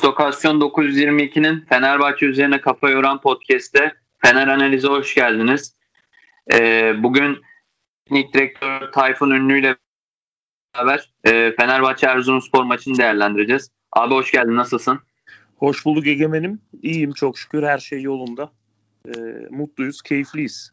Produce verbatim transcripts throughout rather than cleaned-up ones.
İstokasyon dokuz yüz yirmi ikinin Fenerbahçe üzerine kafa yoran podcast'te Fener Analiz'e hoş geldiniz. Ee, bugün teknik direktör Tayfun Ünlü ile beraber e, Fenerbahçe Erzurumspor maçını değerlendireceğiz. Abi hoş geldin, nasılsın? Hoş bulduk Egemen'im. İyiyim çok şükür, her şey yolunda. Ee, mutluyuz, keyifliyiz.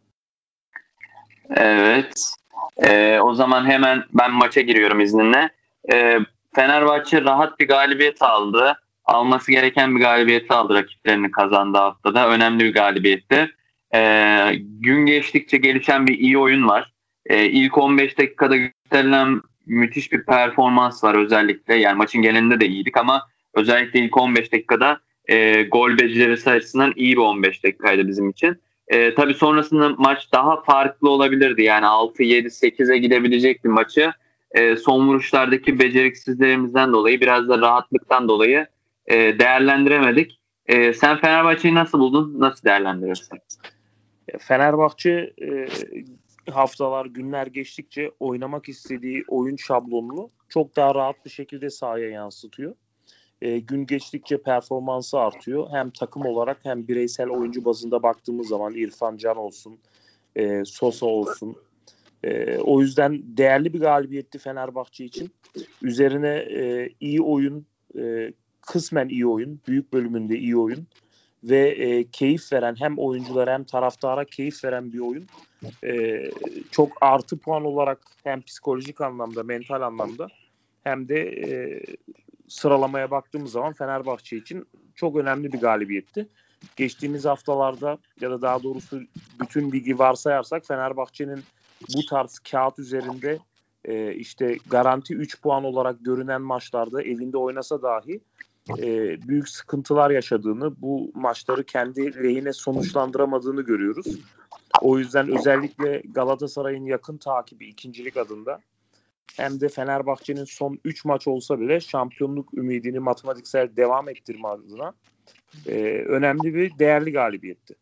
Evet. Ee, o zaman hemen ben maça giriyorum izninle. Ee, Fenerbahçe rahat bir galibiyet aldı. Alması gereken bir galibiyeti aldı, rakiplerini kazandı haftada. Önemli bir galibiyetti. Ee, gün geçtikçe gelişen bir iyi oyun var. Ee, ilk on beş dakikada gösterilen müthiş bir performans var özellikle. Yani maçın genelinde de iyiydik ama özellikle ilk on beş dakikada e, gol becerisi açısından iyi bir on beş dakikaydı bizim için. E, tabii sonrasında maç daha farklı olabilirdi. Yani altı yedi sekize gidebilecek bir maçı e, son vuruşlardaki beceriksizlerimizden dolayı, biraz da rahatlıktan dolayı e, değerlendiremedik. E, sen Fenerbahçe'yi nasıl buldun? Nasıl değerlendirirsin? Fenerbahçe e, haftalar, günler geçtikçe oynamak istediği oyun şablonunu çok daha rahat bir şekilde sahaya yansıtıyor. E, gün geçtikçe performansı artıyor. Hem takım olarak hem bireysel oyuncu bazında baktığımız zaman İrfan Can olsun, e, Sosa olsun. E, o yüzden değerli bir galibiyetti Fenerbahçe için. Üzerine e, iyi oyun, e, kısmen iyi oyun, büyük bölümünde iyi oyun ve e, keyif veren, hem oyunculara hem taraftara keyif veren bir oyun. E, çok artı puan olarak hem psikolojik anlamda, mental anlamda hem de e, sıralamaya baktığımız zaman Fenerbahçe için çok önemli bir galibiyetti. Geçtiğimiz haftalarda, ya da daha doğrusu bütün ligi varsayarsak, Fenerbahçe'nin bu tarz kağıt üzerinde e, işte garanti üç puan olarak görünen maçlarda evinde oynasa dahi e, büyük sıkıntılar yaşadığını, bu maçları kendi lehine sonuçlandıramadığını görüyoruz. O yüzden özellikle Galatasaray'ın yakın takibi ikincilik adında, hem de Fenerbahçe'nin son üç maç olsa bile şampiyonluk ümidini matematiksel devam ettirme adına e, önemli bir, değerli galibiyetti.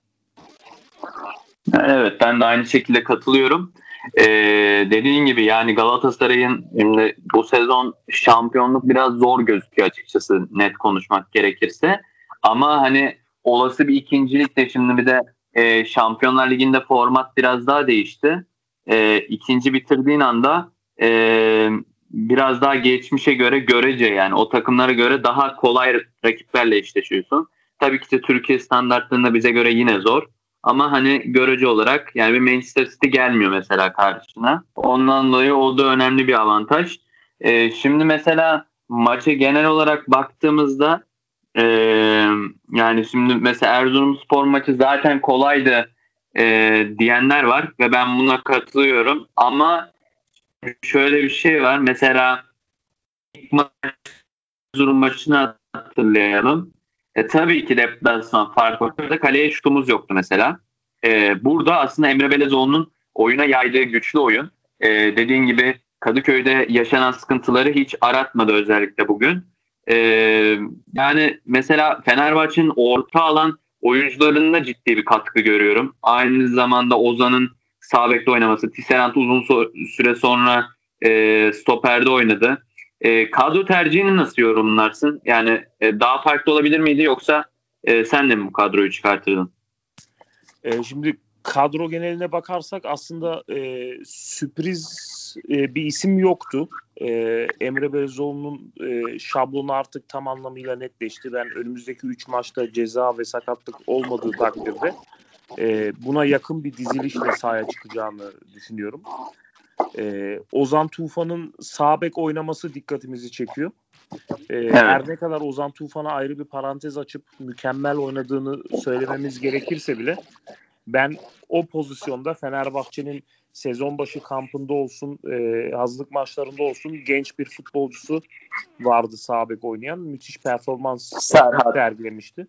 Evet, ben de aynı şekilde katılıyorum. Ee, dediğin gibi yani Galatasaray'ın şimdi bu sezon şampiyonluk biraz zor gözüküyor açıkçası, net konuşmak gerekirse. Ama hani olası bir ikincilik de, şimdi bir de e, Şampiyonlar Ligi'nde format biraz daha değişti. E, ikinci bitirdiğin anda e, biraz daha geçmişe göre, görece yani o takımlara göre daha kolay rakiplerle eşleşiyorsun. Tabii ki de Türkiye standartlarında bize göre yine zor. Ama hani görece olarak yani bir Manchester City gelmiyor mesela karşısına. Ondan dolayı o da önemli bir avantaj. Ee, şimdi mesela maça genel olarak baktığımızda e, yani şimdi mesela Erzurumspor maçı zaten kolaydı e, diyenler var ve ben buna katılıyorum. Ama şöyle bir şey var. Mesela ilk maç, Erzurum maçını hatırlayalım. E, tabii ki deplasman fark ortada. Kaleye şutumuz yoktu mesela. E, burada aslında Emre Belezoğlu'nun oyuna yaydığı güçlü oyun. E, dediğin gibi Kadıköy'de yaşanan sıkıntıları hiç aratmadı özellikle bugün. E, yani mesela Fenerbahçe'nin orta alan oyuncularında ciddi bir katkı görüyorum. Aynı zamanda Ozan'ın sağ bekte oynaması. Tisserand uzun so- süre sonra e, stoperde oynadı. E, kadro tercihini nasıl yorumlarsın? Yani e, daha farklı olabilir miydi, yoksa e, sen de mi bu kadroyu çıkartırdın? E, şimdi kadro geneline bakarsak aslında e, sürpriz e, bir isim yoktu. E, Emre Belezoğlu'nun e, şablonu artık tam anlamıyla netleşti. Ben önümüzdeki üç maçta ceza ve sakatlık olmadığı takdirde e, buna yakın bir dizilişle sahaya çıkacağını düşünüyorum. Ee, Ozan Tufan'ın sağ bek oynaması dikkatimizi çekiyor. Ee, evet. Her ne kadar Ozan Tufan'a ayrı bir parantez açıp mükemmel oynadığını söylememiz gerekirse bile, ben o pozisyonda Fenerbahçe'nin sezon başı kampında olsun, e, hazırlık maçlarında olsun genç bir futbolcusu vardı sağ bek oynayan. Müthiş performans Serhat sergilemişti.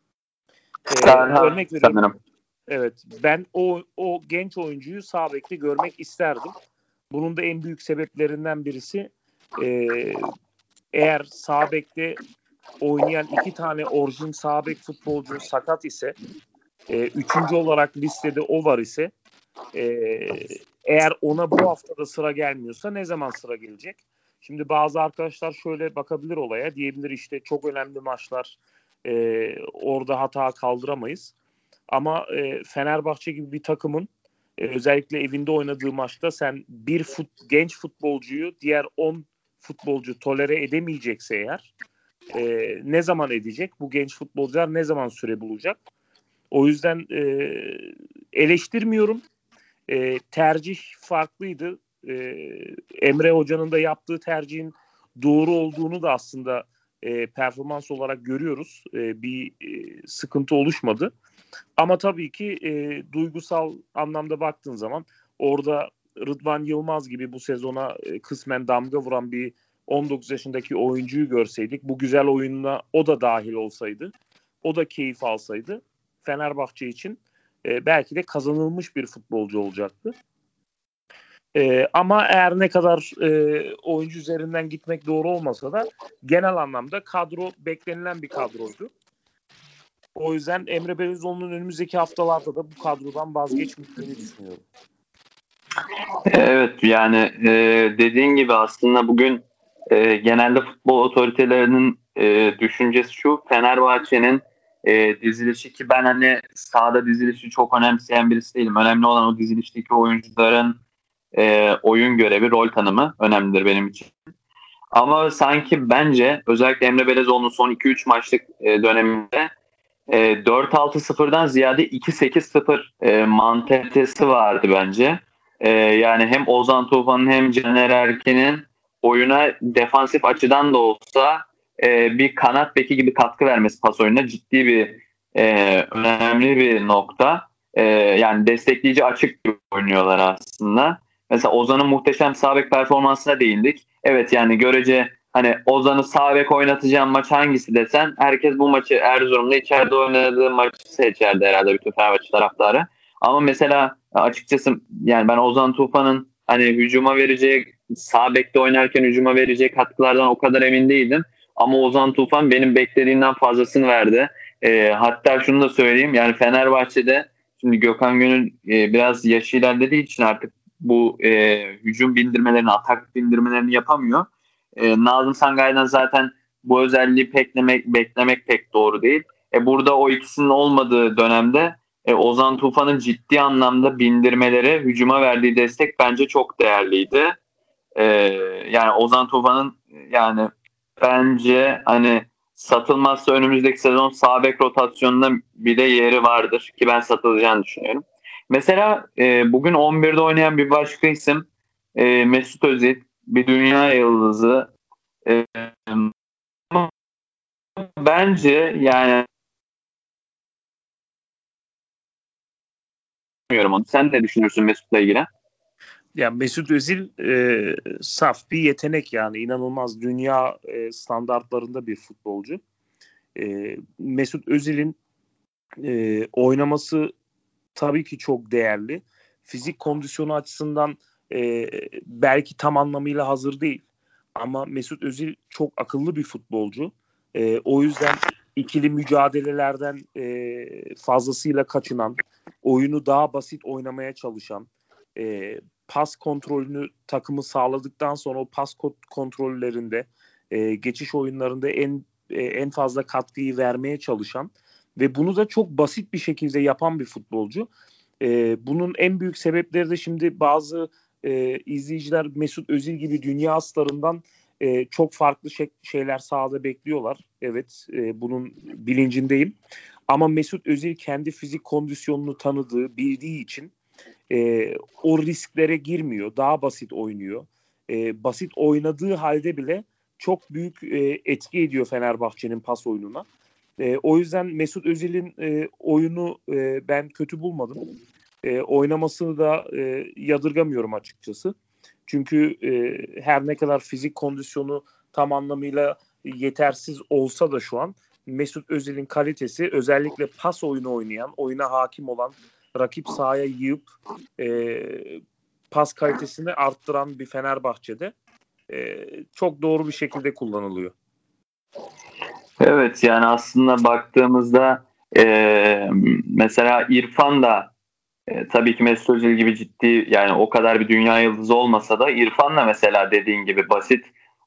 Ee, Serhat örnek vereyim. sanırım. Evet, ben o o genç oyuncuyu sağ bekte görmek isterdim. Bunun da en büyük sebeplerinden birisi, e, eğer sağ bekte oynayan iki tane orijin sağ bek futbolcu sakat ise, e, üçüncü olarak listede o var ise, e, eğer ona bu haftada sıra gelmiyorsa ne zaman sıra gelecek? Şimdi bazı arkadaşlar şöyle bakabilir olaya, diyebilir işte çok önemli maçlar, e, orada hata kaldıramayız. Ama e, Fenerbahçe gibi bir takımın e, özellikle evinde oynadığı maçta sen bir fut, genç futbolcuyu diğer on futbolcu tolere edemeyecekse eğer e, ne zaman edecek? Bu genç futbolcular ne zaman süre bulacak? O yüzden e, eleştirmiyorum. E, tercih farklıydı. E, Emre Hoca'nın da yaptığı tercihin doğru olduğunu da aslında e, performans olarak görüyoruz. E, bir e, sıkıntı oluşmadı. Ama tabii ki e, duygusal anlamda baktığın zaman orada Rıdvan Yılmaz gibi bu sezona e, kısmen damga vuran bir on dokuz yaşındaki oyuncuyu görseydik, bu güzel oyununa o da dahil olsaydı, o da keyif alsaydı Fenerbahçe için e, belki de kazanılmış bir futbolcu olacaktı. E, ama eğer ne kadar e, oyuncu üzerinden gitmek doğru olmasa da genel anlamda kadro beklenilen bir kadroydu. O yüzden Emre Belözoğlu'nun önümüzdeki haftalarda da bu kadrodan vazgeçmeyeceğini düşünüyorum. Evet, yani e, dediğin gibi aslında bugün e, genelde futbol otoritelerinin e, düşüncesi şu: Fenerbahçe'nin e, dizilişi, ki ben hani sahada dizilişi çok önemseyen birisi değilim. Önemli olan o dizilişteki oyuncuların e, oyun görevi, rol tanımı önemlidir benim için. Ama sanki bence özellikle Emre Belözoğlu'nun son iki üç maçlık e, döneminde e, dört altı sıfırdan ziyade iki sekiz sıfır e, mantalitesi vardı bence. E, yani hem Ozan Tufan'ın hem Caner Erkin'in oyuna defansif açıdan da olsa e, bir kanat beki gibi katkı vermesi pas oyununa ciddi bir e, önemli bir nokta. E, yani destekleyici, açık gibi oynuyorlar aslında. Mesela Ozan'ın muhteşem sağ bek performansına değindik. Evet, yani görece hani Ozan'ı sağ bek oynatacağım maç hangisi desen, herkes bu maçı, Erzurum'da içeride oynadığı maçı seçerdi herhalde, bütün Fenerbahçe taraftarı. Ama mesela açıkçası yani ben Ozan Tufan'ın hani hücuma vereceği, sağ bekte oynarken hücuma vereceği katkılardan o kadar emin değildim. Ama Ozan Tufan benim beklediğimden fazlasını verdi. E, hatta şunu da söyleyeyim, yani Fenerbahçe'de şimdi Gökhan Gönül e, biraz yaşı ilerlediği için artık bu e, hücum bindirmelerini, atak bindirmelerini yapamıyor. E, Nazım Sangay'dan zaten bu özelliği beklemek, beklemek pek doğru değil. E, burada o ikisinin olmadığı dönemde e, Ozan Tufan'ın ciddi anlamda bindirmeleri, hücuma verdiği destek bence çok değerliydi. E, yani Ozan Tufan'ın yani bence hani satılmazsa önümüzdeki sezon sağ bek rotasyonunda bir de yeri vardır ki ben satılacağını düşünüyorum. Mesela e, bugün on birde oynayan bir başka isim e, Mesut Özil, bir dünya yıldızı. E, bence yani bilmiyorum onu. Sen ne düşünürsün Mesut'la ilgili? Yani Mesut Özil e, saf bir yetenek, yani inanılmaz dünya e, standartlarında bir futbolcu. E, Mesut Özil'in e, oynaması tabii ki çok değerli. Fizik kondisyonu açısından e, belki tam anlamıyla hazır değil. Ama Mesut Özil çok akıllı bir futbolcu. E, o yüzden ikili mücadelelerden e, fazlasıyla kaçınan, oyunu daha basit oynamaya çalışan, e, pas kontrolünü takımı sağladıktan sonra o pas kontrollerinde, e, geçiş oyunlarında en e, en fazla katkıyı vermeye çalışan ve bunu da çok basit bir şekilde yapan bir futbolcu. E, bunun en büyük sebepleri de şimdi bazı e, izleyiciler Mesut Özil gibi dünya starından e, çok farklı şey, şeyler sahada bekliyorlar. Evet, e, bunun bilincindeyim. Ama Mesut Özil kendi fizik kondisyonunu tanıdığı, bildiği için e, o risklere girmiyor. Daha basit oynuyor. E, basit oynadığı halde bile çok büyük e, etki ediyor Fenerbahçe'nin pas oyununa. E, o yüzden Mesut Özil'in e, oyunu e, ben kötü bulmadım. E, oynamasını da e, yadırgamıyorum açıkçası. Çünkü e, her ne kadar fizik kondisyonu tam anlamıyla yetersiz olsa da şu an Mesut Özil'in kalitesi, özellikle pas oyunu oynayan, oyuna hakim olan, rakip sahaya yığıp e, pas kalitesini arttıran bir Fenerbahçe'de e, çok doğru bir şekilde kullanılıyor. Evet, yani aslında baktığımızda e, mesela İrfan da e, tabii ki Mesut Özil gibi ciddi, yani o kadar bir dünya yıldızı olmasa da İrfan da mesela dediğin gibi basit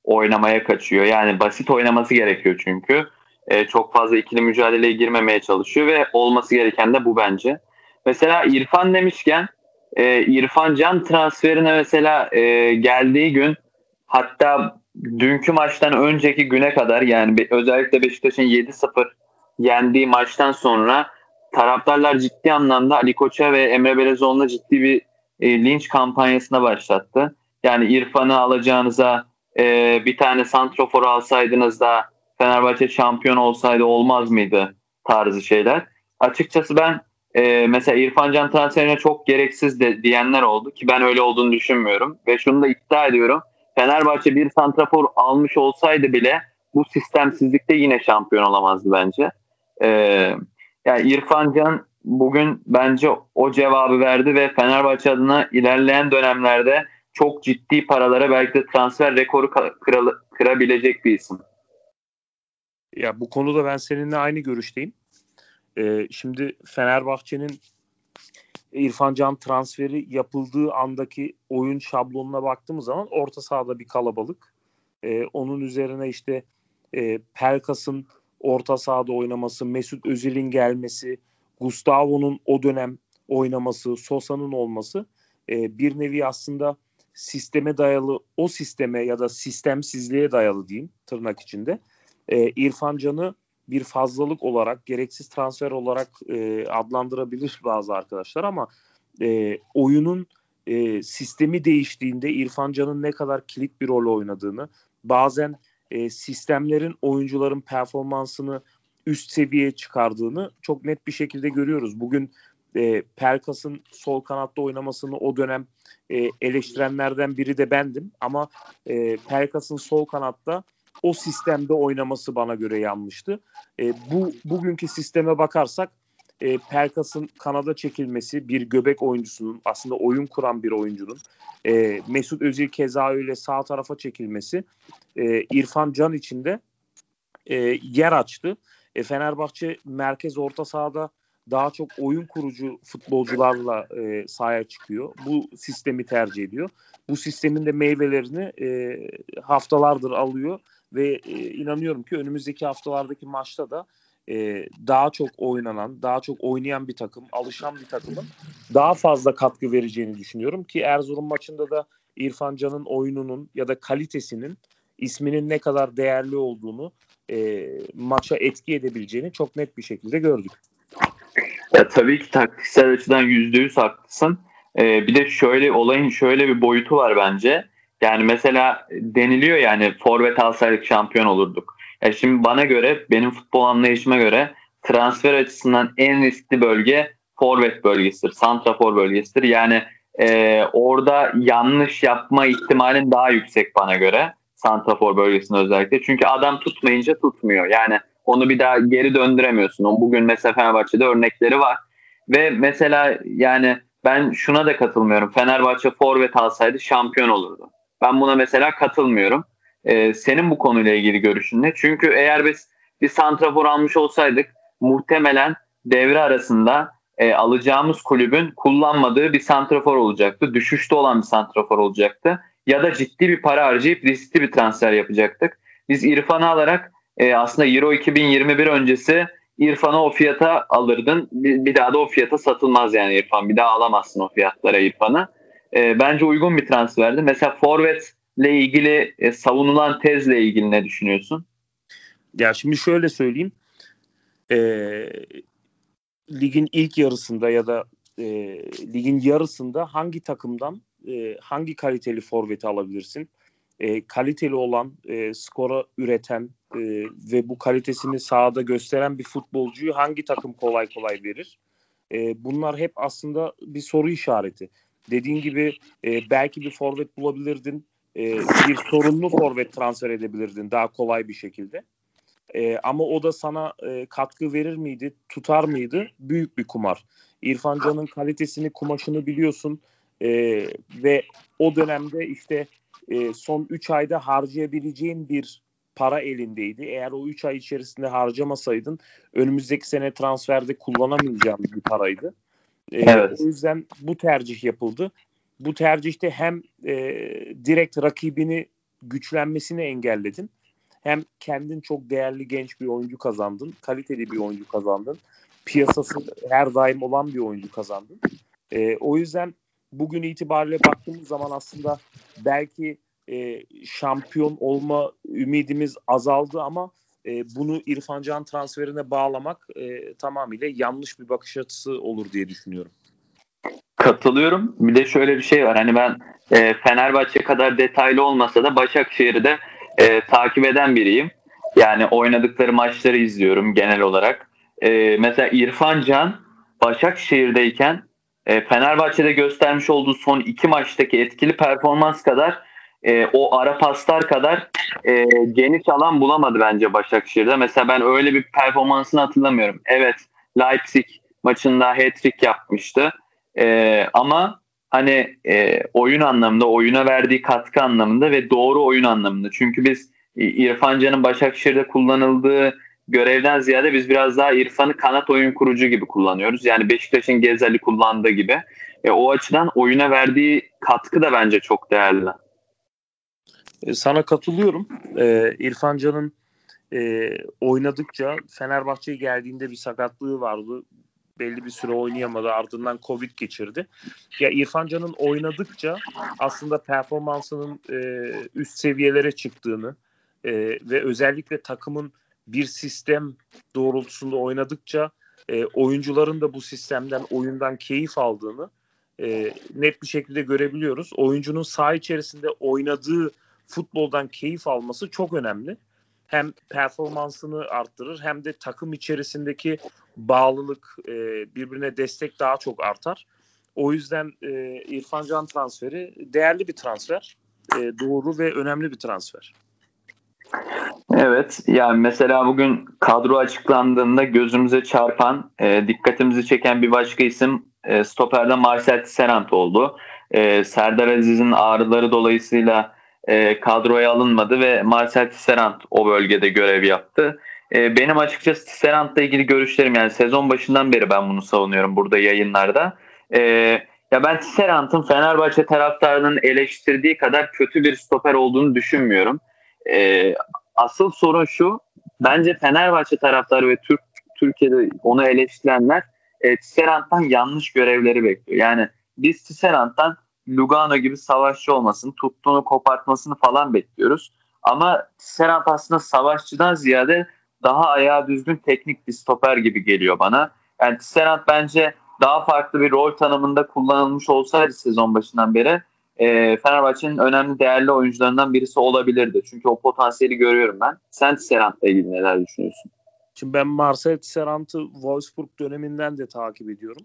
oynamaya kaçıyor. Yani basit oynaması gerekiyor çünkü. E, çok fazla ikili mücadeleye girmemeye çalışıyor ve olması gereken de bu bence. Mesela İrfan demişken e, İrfan Can transferine mesela e, geldiği gün, hatta dünkü maçtan önceki güne kadar, yani özellikle Beşiktaş'ın yedi sıfır yendiği maçtan sonra taraftarlar ciddi anlamda Ali Koç'a ve Emre Belezoğlu'na ciddi bir e, linç kampanyasına başlattı. Yani İrfan'ı alacağınıza e, bir tane santrafor alsaydınız da Fenerbahçe şampiyon olsaydı olmaz mıydı tarzı şeyler. Açıkçası ben e, mesela İrfan Can transferine çok gereksiz de, diyenler oldu ki ben öyle olduğunu düşünmüyorum. Ve şunu da iddia ediyorum. Fenerbahçe bir santrafor almış olsaydı bile bu sistemsizlikte yine şampiyon olamazdı bence. E, yani İrfan Can bugün bence o cevabı verdi ve Fenerbahçe adına ilerleyen dönemlerde çok ciddi paralara belki de transfer rekoru kıra, kırabilecek bir isim. Ya bu konuda ben seninle aynı görüşteyim. Ee, şimdi Fenerbahçe'nin İrfan Can transferi yapıldığı andaki oyun şablonuna baktığımız zaman orta sahada bir kalabalık. Ee, onun üzerine işte e, Pelkas'ın orta sahada oynaması, Mesut Özil'in gelmesi, Gustavo'nun o dönem oynaması, Sosa'nın olması e, bir nevi aslında sisteme dayalı, o sisteme ya da sistemsizliğe dayalı diyeyim tırnak içinde. E, İrfan Can'ı bir fazlalık olarak, gereksiz transfer olarak e, adlandırabilir bazı arkadaşlar ama e, oyunun e, sistemi değiştiğinde İrfan Can'ın ne kadar kilit bir rol oynadığını, bazen e, sistemlerin oyuncuların performansını üst seviyeye çıkardığını çok net bir şekilde görüyoruz. Bugün e, Pelkas'ın sol kanatta oynamasını o dönem e, eleştirenlerden biri de bendim ama e, Pelkas'ın sol kanatta o sistemde oynaması bana göre yanlıştı. E, bu bugünkü sisteme bakarsak e, Pelkas'ın kanada çekilmesi, bir göbek oyuncusunun, aslında oyun kuran bir oyuncunun, e, Mesut Özil keza öyle sağ tarafa çekilmesi e, İrfan Can için de e, yer açtı. E, Fenerbahçe merkez orta sahada daha çok oyun kurucu futbolcularla e, sahaya çıkıyor. Bu sistemi tercih ediyor. Bu sistemin de meyvelerini e, haftalardır alıyor ve e, inanıyorum ki önümüzdeki haftalardaki maçta da e, daha çok oynanan, daha çok oynayan bir takım, alışan bir takımın daha fazla katkı vereceğini düşünüyorum ki Erzurum maçında da İrfan Can'ın oyununun ya da kalitesinin, isminin ne kadar değerli olduğunu, e, maça etki edebileceğini çok net bir şekilde gördük. Ya tabii ki taktiksel açıdan yüzde yüz haklısın. Ee, bir de şöyle olayın şöyle bir boyutu var bence. Yani mesela deniliyor yani forvet alsaydık şampiyon olurduk. Ya şimdi bana göre, benim futbol anlayışıma göre transfer açısından en riskli bölge forvet bölgesidir. Santrafor bölgesidir. Yani e, orada yanlış yapma ihtimalin daha yüksek bana göre. Santrafor bölgesinde özellikle. Çünkü adam tutmayınca tutmuyor. Yani onu bir daha geri döndüremiyorsun. O bugün mesela Fenerbahçe'de örnekleri var. Ve mesela yani ben şuna da katılmıyorum. Fenerbahçe forvet alsaydı şampiyon olurdu. Ben buna mesela katılmıyorum. Ee, senin bu konuyla ilgili görüşün ne? Çünkü eğer biz bir santrafor almış olsaydık muhtemelen devre arasında e, alacağımız kulübün kullanmadığı bir santrafor olacaktı. Düşüşte olan bir santrafor olacaktı. Ya da ciddi bir para harcayıp riskli bir transfer yapacaktık. Biz İrfan'ı alarak e, aslında Euro iki bin yirmi bir öncesi İrfan'ı o fiyata alırdın. Bir, bir daha da o fiyata satılmaz yani İrfan. Bir daha alamazsın o fiyatlara İrfan'ı. E, bence uygun bir transferdi. Mesela forvetle ilgili e, savunulan tezle ilgili ne düşünüyorsun? Ya şimdi şöyle söyleyeyim. E, ligin ilk yarısında ya da e, ligin yarısında hangi takımdan e, hangi kaliteli forveti alabilirsin? E, kaliteli olan, e, skora üreten e, ve bu kalitesini sahada gösteren bir futbolcuyu hangi takım kolay kolay verir? E, bunlar hep aslında bir soru işareti. Dediğin gibi e, belki bir forvet bulabilirdin, e, bir sorunlu forvet transfer edebilirdin daha kolay bir şekilde. E, ama o da sana e, katkı verir miydi, tutar mıydı? Büyük bir kumar. İrfan Can'ın kalitesini, kumaşını biliyorsun e, ve o dönemde işte e, son üç ayda harcayabileceğin bir para elindeydi. Eğer o üç ay içerisinde harcamasaydın önümüzdeki sene transferde kullanamayacağın bir paraydı. E, evet. O yüzden bu tercih yapıldı. Bu tercihte hem e, direkt rakibini güçlenmesini engelledin. Hem kendin çok değerli genç bir oyuncu kazandın. Kaliteli bir oyuncu kazandın. Piyasası her daim olan bir oyuncu kazandın. E, o yüzden bugün itibariyle baktığımız zaman aslında belki e, şampiyon olma ümidimiz azaldı ama e, bunu İrfan Can transferine bağlamak e, tamamıyla yanlış bir bakış açısı olur diye düşünüyorum. Katılıyorum. Bir de şöyle bir şey var. Hani ben e, Fenerbahçe kadar detaylı olmasa da Başakşehir'i de e, takip eden biriyim. Yani oynadıkları maçları izliyorum genel olarak. E, mesela İrfan Can Başakşehir'deyken e, Fenerbahçe'de göstermiş olduğu son iki maçtaki etkili performans kadar e, o ara paslar kadar e, geniş alan bulamadı bence Başakşehir'de. Mesela ben öyle bir performansını hatırlamıyorum. Evet, Leipzig maçında hat-trick yapmıştı. Ee, ama hani e, oyun anlamında, oyuna verdiği katkı anlamında ve doğru oyun anlamında. Çünkü biz İrfan Can'ın Başakşehir'de kullanıldığı görevden ziyade biz biraz daha İrfan'ı kanat oyun kurucu gibi kullanıyoruz. Yani Beşiktaş'ın Gezal'i kullandığı gibi. E, o açıdan oyuna verdiği katkı da bence çok değerli. E, sana katılıyorum. E, İrfan Can'ın e, oynadıkça Fenerbahçe'ye geldiğinde bir sakatlığı vardı. Belli bir süre oynayamadı. Ardından Covid geçirdi. Ya İrfan Can'ın oynadıkça aslında performansının e, üst seviyelere çıktığını e, ve özellikle takımın bir sistem doğrultusunda oynadıkça e, oyuncuların da bu sistemden, oyundan keyif aldığını e, net bir şekilde görebiliyoruz. Oyuncunun saha içerisinde oynadığı futboldan keyif alması çok önemli. Hem performansını arttırır hem de takım içerisindeki bağlılık, e, birbirine destek daha çok artar. O yüzden e, İrfan Can transferi değerli bir transfer. E, doğru ve önemli bir transfer. Evet, yani mesela bugün kadro açıklandığında gözümüze çarpan, e, dikkatimizi çeken bir başka isim e, stoperde Marcel Tisserand oldu. E, Serdar Aziz'in ağrıları dolayısıyla e, kadroya alınmadı ve Marcel Tisserand o bölgede görev yaptı. E, benim açıkçası Tisserand'la ilgili görüşlerim, yani sezon başından beri ben bunu savunuyorum burada yayınlarda. E, ya ben Tisserand'ın Fenerbahçe taraftarının eleştirdiği kadar kötü bir stoper olduğunu düşünmüyorum. E, Asıl sorun şu, bence Fenerbahçe taraftarı ve Türk Türkiye'de onu eleştirenler e, Tisserand'dan yanlış görevleri bekliyor. Yani biz Tisserand'dan Lugano gibi savaşçı olmasını, tuttuğunu kopartmasını falan bekliyoruz. Ama Tisserand aslında savaşçıdan ziyade daha ayağı düzgün teknik bir stoper gibi geliyor bana. Yani Tisserand bence daha farklı bir rol tanımında kullanılmış olsaydı sezon başından beri e, Fenerbahçe'nin önemli değerli oyuncularından birisi olabilirdi. Çünkü o potansiyeli görüyorum ben. Sen Tisserand'la ilgili neler düşünüyorsun? Şimdi ben Marcel Tisserand'ı Wolfsburg döneminden de takip ediyorum.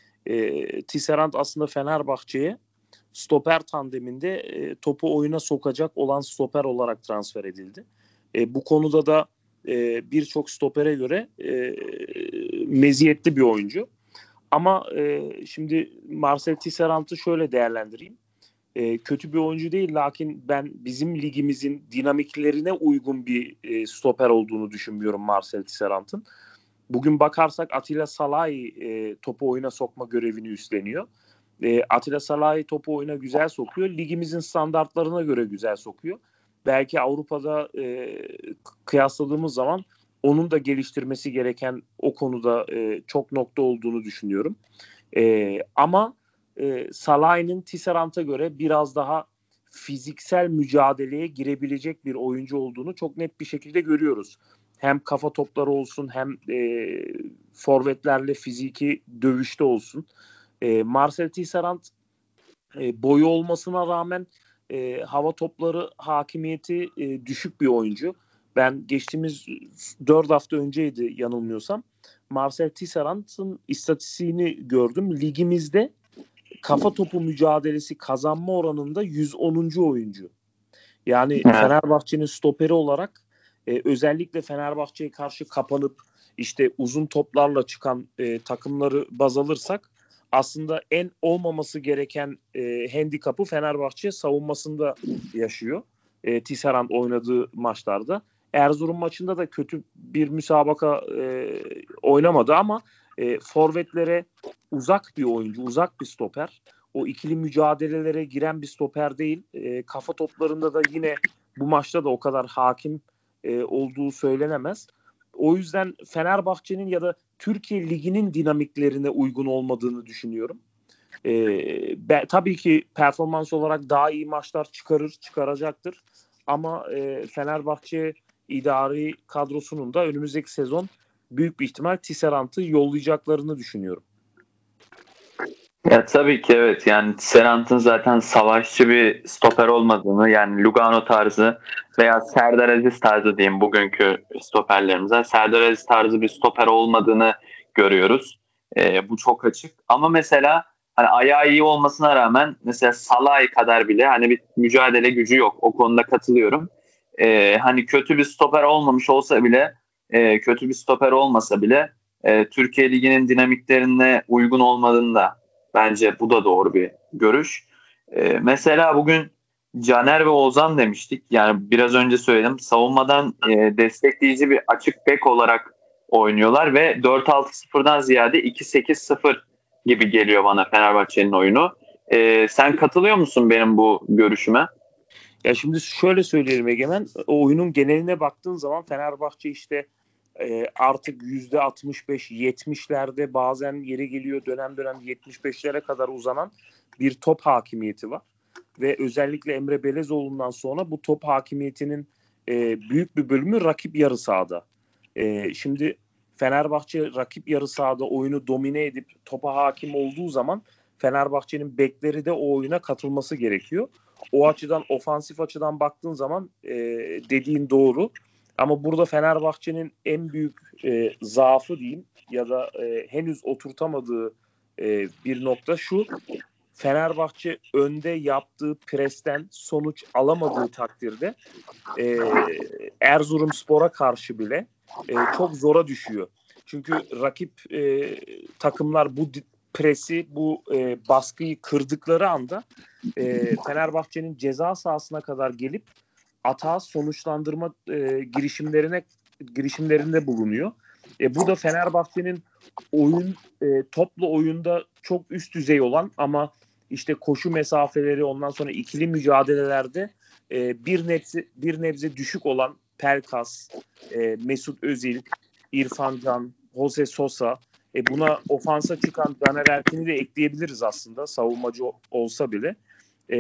E, Tisserand aslında Fenerbahçe'ye stoper tandeminde e, topu oyuna sokacak olan stoper olarak transfer edildi. E, bu konuda da e, birçok stopere göre e, meziyetli bir oyuncu. Ama e, şimdi Marcel Tisserand'ı şöyle değerlendireyim. E, kötü bir oyuncu değil, lakin ben bizim ligimizin dinamiklerine uygun bir e, stoper olduğunu düşünmüyorum Marcel Tisserand'ın. Bugün bakarsak Atilla Salahi e, topu oyuna sokma görevini üstleniyor. E, Atilla Salahi topu oyuna güzel sokuyor. Ligimizin standartlarına göre güzel sokuyor. Belki Avrupa'da e, kıyasladığımız zaman onun da geliştirmesi gereken o konuda e, çok nokta olduğunu düşünüyorum. E, ama e, Salahi'nin Tisserand'a göre biraz daha fiziksel mücadeleye girebilecek bir oyuncu olduğunu çok net bir şekilde görüyoruz. Hem kafa topları olsun hem e, forvetlerle fiziki dövüşte olsun. E, Marcel Tisserand e, boyu olmasına rağmen e, hava topları hakimiyeti e, düşük bir oyuncu. Ben geçtiğimiz dört hafta önceydi yanılmıyorsam. Marcel Tisserand'ın istatistiğini gördüm. Ligimizde kafa topu mücadelesi kazanma oranında yüz onuncu oyuncu. Yani evet. Fenerbahçe'nin stoperi olarak e, özellikle Fenerbahçe'ye karşı kapanıp işte uzun toplarla çıkan e, takımları baz alırsak aslında en olmaması gereken e, handikapı Fenerbahçe savunmasında yaşıyor. E, Tisserand oynadığı maçlarda. Erzurum maçında da kötü bir müsabaka e, oynamadı ama e, forvetlere uzak bir oyuncu, uzak bir stoper. O ikili mücadelelere giren bir stoper değil. E, kafa toplarında da yine bu maçta da o kadar hakim e, olduğu söylenemez. O yüzden Fenerbahçe'nin ya da Türkiye Ligi'nin dinamiklerine uygun olmadığını düşünüyorum. E, be, tabii ki performans olarak daha iyi maçlar çıkarır, çıkaracaktır. Ama e, Fenerbahçe idari kadrosunun da önümüzdeki sezon büyük bir ihtimal Tisserand'ı yollayacaklarını düşünüyorum. Ya tabii ki evet, yani Tisserand'ın zaten savaşçı bir stoper olmadığını, yani Lugano tarzı veya Serdar Aziz tarzı diyeyim bugünkü stoperlerimize, Serdar Aziz tarzı bir stoper olmadığını görüyoruz. Ee, bu çok açık. Ama mesela hani ayağı iyi olmasına rağmen mesela Salah'ı kadar bile hani bir mücadele gücü yok. O konuda katılıyorum. Ee, hani kötü bir stoper olmamış olsa bile, e, kötü bir stoper olmasa bile e, Türkiye Ligi'nin dinamiklerine uygun olmadığını da, bence bu da doğru bir görüş. Ee, mesela bugün Caner ve Ozan demiştik. Yani biraz önce söyledim. Savunmadan e, destekleyici bir açık bek olarak oynuyorlar ve dört altı sıfırdan ziyade iki sekiz sıfır gibi geliyor bana Fenerbahçe'nin oyunu. Ee, sen katılıyor musun benim bu görüşüme? Ya şimdi şöyle söyleyelim Egemen. O oyunun geneline baktığın zaman Fenerbahçe işte e, artık yüzde altmış beş yetmişlerde, bazen yeri geliyor dönem dönem yetmiş beşlere kadar uzanan bir top hakimiyeti var. Ve özellikle Emre Belezoğlu'ndan sonra bu top hakimiyetinin e, büyük bir bölümü rakip yarı sahada. E, şimdi Fenerbahçe rakip yarı sahada oyunu domine edip topa hakim olduğu zaman Fenerbahçe'nin bekleri de o oyuna katılması gerekiyor. O açıdan, ofansif açıdan baktığın zaman e, dediğin doğru. Ama burada Fenerbahçe'nin en büyük e, zaafı diyeyim ya da e, henüz oturtamadığı e, bir nokta şu: Fenerbahçe önde yaptığı presten sonuç alamadığı takdirde e, Erzurumspor'a karşı bile e, çok zora düşüyor. Çünkü rakip e, takımlar bu presi, bu e, baskıyı kırdıkları anda e, Fenerbahçe'nin ceza sahasına kadar gelip atağı sonuçlandırma e, girişimlerine girişimlerinde bulunuyor. E, bu da Fenerbahçe'nin oyun e, toplu oyunda çok üst düzey olan ama işte koşu mesafeleri, ondan sonra ikili mücadelelerde e, bir nebze bir nebze düşük olan Pelkas, e, Mesut Özil, İrfan Can, Jose Sosa, e, buna ofansa çıkan Caner Erkin'i de ekleyebiliriz aslında, savunmacı olsa bile. E,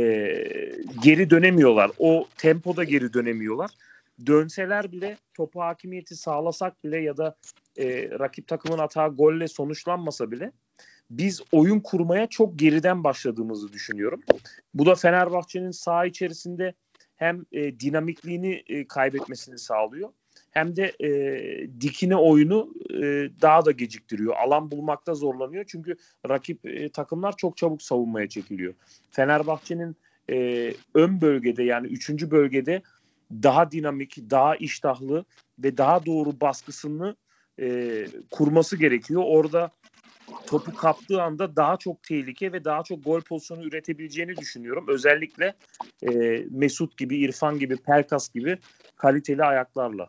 geri dönemiyorlar. O tempoda geri dönemiyorlar. Dönseler bile, topu hakimiyeti sağlasak bile ya da e, rakip takımın hata golle sonuçlanmasa bile biz oyun kurmaya çok geriden başladığımızı düşünüyorum. Bu da Fenerbahçe'nin saha içerisinde hem e, dinamikliğini e, kaybetmesini sağlıyor, hem de e, dikine oyunu e, daha da geciktiriyor. Alan bulmakta zorlanıyor çünkü rakip e, takımlar çok çabuk savunmaya çekiliyor. Fenerbahçe'nin e, ön bölgede, yani üçüncü bölgede daha dinamik, daha iştahlı ve daha doğru baskısını e, kurması gerekiyor. Orada topu kaptığı anda daha çok tehlike ve daha çok gol pozisyonu üretebileceğini düşünüyorum. Özellikle e, Mesut gibi, İrfan gibi, Pelkas gibi kaliteli ayaklarla.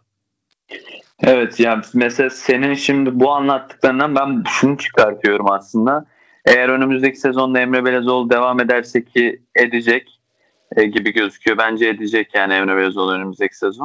Evet, yani mesela senin şimdi bu anlattıklarından ben şunu çıkartıyorum aslında. Eğer önümüzdeki sezonda Emre Belezoğlu devam ederse, ki edecek e, gibi gözüküyor. Bence edecek yani Emre Belezoğlu önümüzdeki sezon.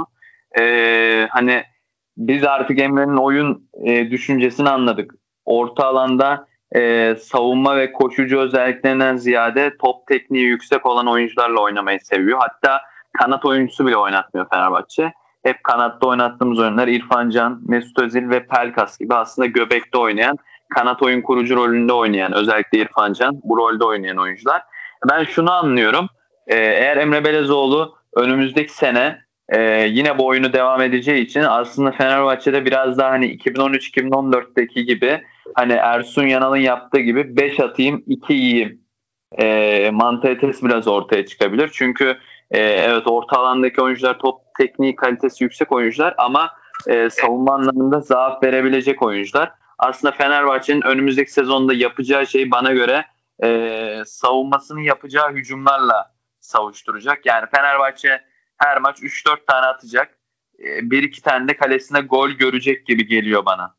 E, hani biz artık Emre'nin oyun e, düşüncesini anladık. Orta alanda e, savunma ve koşucu özelliklerinden ziyade top tekniği yüksek olan oyuncularla oynamayı seviyor. Hatta kanat oyuncusu bile oynatmıyor Fenerbahçe. Hep kanatta oynattığımız oyunlar İrfan Can, Mesut Özil ve Pelkas gibi aslında göbekte oynayan, kanat oyun kurucu rolünde oynayan, özellikle İrfan Can bu rolde oynayan oyuncular. Ben şunu anlıyorum. Ee, eğer Emre Belezoğlu önümüzdeki sene e, yine bu oyunu devam edeceği için aslında Fenerbahçe'de biraz daha hani iki bin on üç iki bin on dörtteki gibi, hani Ersun Yanal'ın yaptığı gibi beş atayım iki yiyeyim e, mantalitesi biraz ortaya çıkabilir. Çünkü e, evet, orta alandaki oyuncular top tekniği kalitesi yüksek oyuncular ama e, savunma anlamında zaaf verebilecek oyuncular. Aslında Fenerbahçe'nin önümüzdeki sezonda yapacağı şey bana göre e, savunmasını yapacağı hücumlarla savuşturacak. Yani Fenerbahçe her maç üç dört tane atacak. E, bir iki tane de kalesine gol görecek gibi geliyor bana.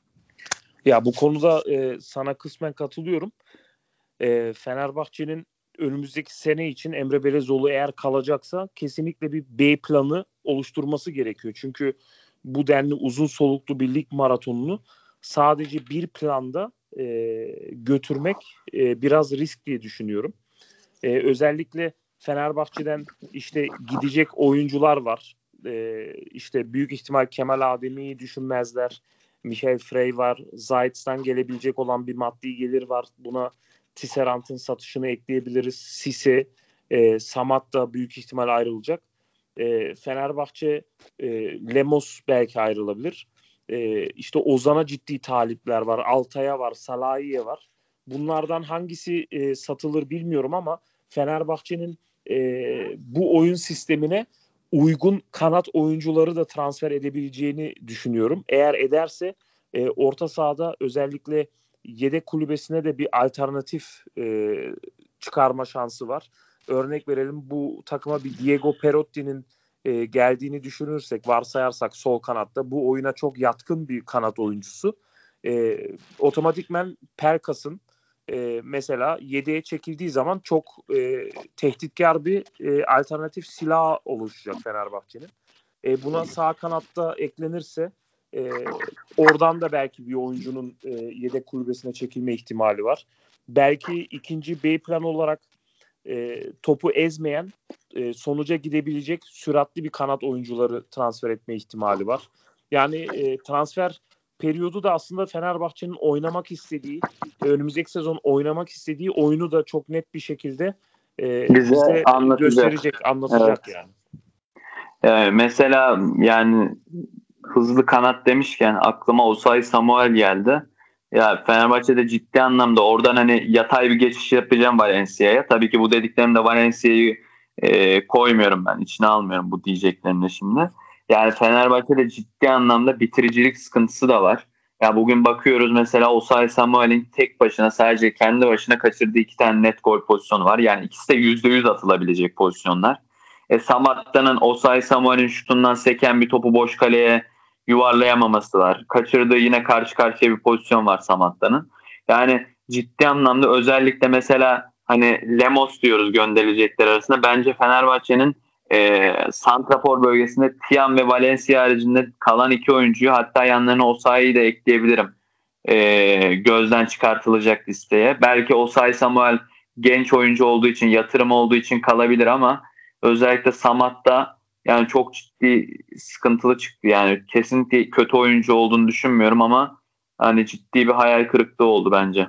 Ya bu konuda e, sana kısmen katılıyorum. E, Fenerbahçe'nin önümüzdeki sene için Emre Belezoğlu eğer kalacaksa kesinlikle bir B planı oluşturması gerekiyor. Çünkü bu denli uzun soluklu bir lig maratonunu sadece bir planda e, götürmek e, biraz risk diye düşünüyorum. E, özellikle Fenerbahçe'den işte gidecek oyuncular var. E, işte büyük ihtimal Kemal Ademi'yi düşünmezler. Michael Frey var. Zayt'tan gelebilecek olan bir maddi gelir var. Buna Tisserant'ın satışını ekleyebiliriz. Sisse, e, Samat da büyük ihtimal ayrılacak. E, Fenerbahçe, e, Lemos belki ayrılabilir. E, işte Ozan'a ciddi talipler var. Altay'a var. Salahi'ye var. Bunlardan hangisi e, satılır bilmiyorum ama Fenerbahçe'nin e, bu oyun sistemine uygun kanat oyuncuları da transfer edebileceğini düşünüyorum. Eğer ederse e, orta sahada özellikle yedek kulübesine de bir alternatif e, çıkarma şansı var. Örnek verelim, bu takıma bir Diego Perotti'nin e, geldiğini düşünürsek, varsayarsak sol kanatta bu oyuna çok yatkın bir kanat oyuncusu. E, otomatikmen Pelkas'ın e, mesela yedeğe çekildiği zaman çok e, tehditkar bir e, alternatif silah oluşacak Fenerbahçe'nin. E, buna sağ kanatta eklenirse e, oradan da belki bir oyuncunun e, yedek kulübesine çekilme ihtimali var. Belki ikinci B plan olarak e, topu ezmeyen, e, sonuca gidebilecek süratli bir kanat oyuncuları transfer etme ihtimali var. Yani e, transfer periyodu da aslında Fenerbahçe'nin oynamak istediği, önümüzdeki sezon oynamak istediği oyunu da çok net bir şekilde e, Bize bize anlatacak. gösterecek, anlatacak Evet. yani. Ee, mesela yani hızlı kanat demişken aklıma Osayi Samuel geldi. Ya Fenerbahçe'de ciddi anlamda oradan hani yatay bir geçiş yapacağım Valencia'ya. Tabii ki bu dediklerimde Valencia'yı e, koymuyorum ben. İçine almıyorum bu diyeceklerimle şimdi. Yani Fenerbahçe'de ciddi anlamda bitiricilik sıkıntısı da var. Ya bugün bakıyoruz mesela Osayi Samuel'in tek başına sadece kendi başına kaçırdığı iki tane net gol pozisyonu var. Yani ikisi de yüzde yüz atılabilecek pozisyonlar. E, Samatta'nın Osayi Samuel'in şutundan seken bir topu boş kaleye yuvarlayamaması var. Kaçırdığı yine karşı karşıya bir pozisyon var Samatta'nın. Yani ciddi anlamda özellikle mesela hani Lemos diyoruz gönderilecekler arasında. Bence Fenerbahçe'nin e, santrafor bölgesinde Tiam ve Valencia haricinde kalan iki oyuncuyu, hatta yanlarına Osayi'yi de ekleyebilirim. E, gözden çıkartılacak listeye. Belki Osayi Samuel genç oyuncu olduğu için, yatırım olduğu için kalabilir ama özellikle Samat'ta yani çok ciddi sıkıntılı çıktı. Yani kesinlikle kötü oyuncu olduğunu düşünmüyorum ama hani ciddi bir hayal kırıklığı oldu bence.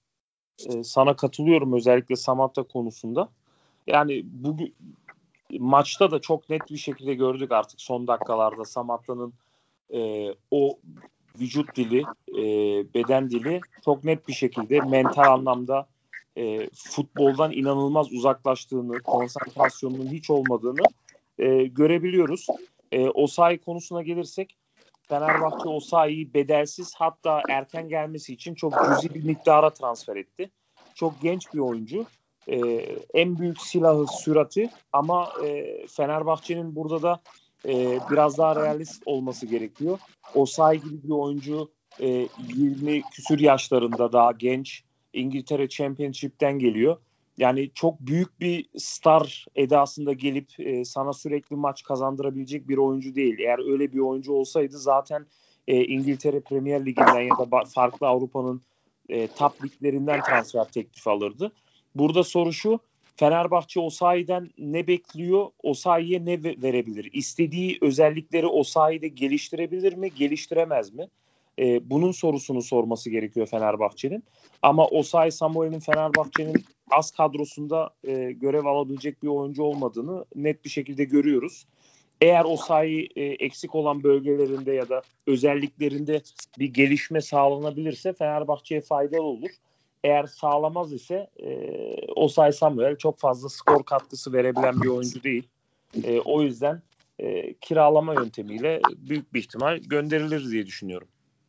Ee, sana katılıyorum özellikle Samatta konusunda. Yani bugün maçta da çok net bir şekilde gördük artık son dakikalarda Samatta'nın e, o vücut dili, e, beden dili çok net bir şekilde mental anlamda e, futboldan inanılmaz uzaklaştığını, konsantrasyonunun hiç olmadığını e, görebiliyoruz. E, Osayi konusuna gelirsek, Fenerbahçe Osayi'yi bedelsiz, hatta erken gelmesi için çok cüzi bir miktara transfer etti. Çok genç bir oyuncu. E, en büyük silahı sürati ama e, Fenerbahçe'nin burada da e, biraz daha realist olması gerekiyor. Osayi gibi bir oyuncu e, yirmi küsür yaşlarında, daha genç, İngiltere Championship'ten geliyor. Yani çok büyük bir star edasında gelip e, sana sürekli maç kazandırabilecek bir oyuncu değil. Eğer öyle bir oyuncu olsaydı zaten e, İngiltere Premier Ligi'nden ya da ba- farklı Avrupa'nın e, top liglerinden transfer teklifi alırdı. Burada soru şu: Fenerbahçe Osayi'den ne bekliyor? Osayi'ye ne verebilir? İstediği özellikleri Osayi'de geliştirebilir mi? Geliştiremez mi? E, bunun sorusunu sorması gerekiyor Fenerbahçe'nin. Ama Osayi Samuel'in Fenerbahçe'nin az kadrosunda e, görev alabilecek bir oyuncu olmadığını net bir şekilde görüyoruz. Eğer Osayi e, eksik olan bölgelerinde ya da özelliklerinde bir gelişme sağlanabilirse Fenerbahçe'ye faydalı olur. Eğer sağlamaz ise e, Osayi Samuel çok fazla skor katkısı verebilen bir oyuncu değil. E, o yüzden e, kiralama yöntemiyle büyük bir ihtimal gönderilir diye düşünüyorum.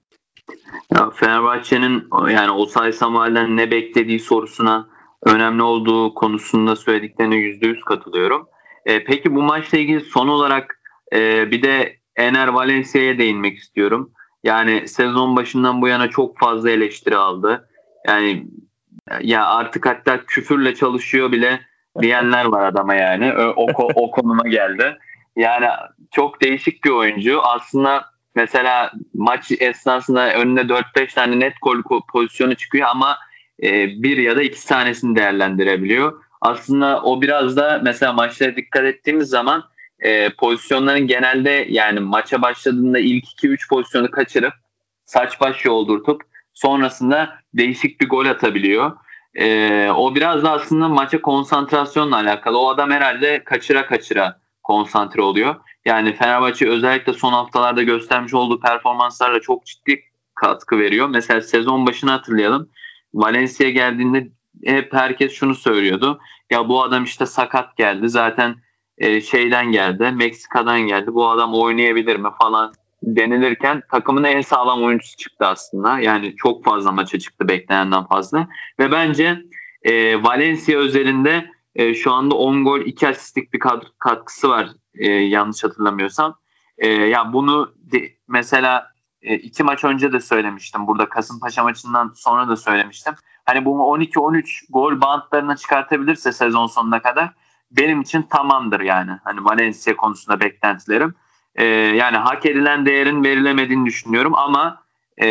Ya Fenerbahçe'nin yani Osayi Samuel'den ne beklediği sorusuna önemli olduğu konusunda söylediklerine yüzde yüz katılıyorum. E, peki bu maçla ilgili son olarak e, bir de Ener Valencia'ya değinmek istiyorum. Yani sezon başından bu yana çok fazla eleştiri aldı. Yani Ya artık hatta küfürle çalışıyor bile diyenler var adama yani. O, o, o konuma geldi. Yani çok değişik bir oyuncu. Aslında mesela maç esnasında önüne dört beş tane net gol pozisyonu çıkıyor ama e, bir ya da iki tanesini değerlendirebiliyor. Aslında o biraz da mesela maçlara dikkat ettiğimiz zaman e, pozisyonların genelde yani maça başladığında ilk iki üç pozisyonu kaçırıp saç baş yoldurtup sonrasında değişik bir gol atabiliyor. Ee, o biraz da aslında maça konsantrasyonla alakalı. O adam herhalde kaçıra kaçıra konsantre oluyor. Yani Fenerbahçe özellikle son haftalarda göstermiş olduğu performanslarla çok ciddi katkı veriyor. Mesela sezon başını hatırlayalım. Valencia geldiğinde hep herkes şunu söylüyordu. Ya bu adam işte sakat geldi. Zaten e, şeyden geldi. Meksika'dan geldi. Bu adam oynayabilir mi falan denilirken takımın en sağlam oyuncusu çıktı aslında. Yani çok fazla maça çıktı, beklenenden fazla. Ve bence e, Valencia özelinde e, şu anda on gol iki asistlik bir katkısı var e, yanlış hatırlamıyorsam. E, ya bunu de, mesela e, iki maç önce de söylemiştim. Burada Kasımpaşa maçından sonra da söylemiştim. Hani bunu on iki on üç gol bantlarına çıkartabilirse sezon sonuna kadar benim için tamamdır yani. Hani Valencia konusunda beklentilerim. Ee, yani hak edilen değerin verilemediğini düşünüyorum ama e,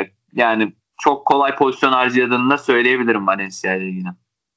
yani çok kolay pozisyon harcadığını da söyleyebilirim Valencia ile ilgili.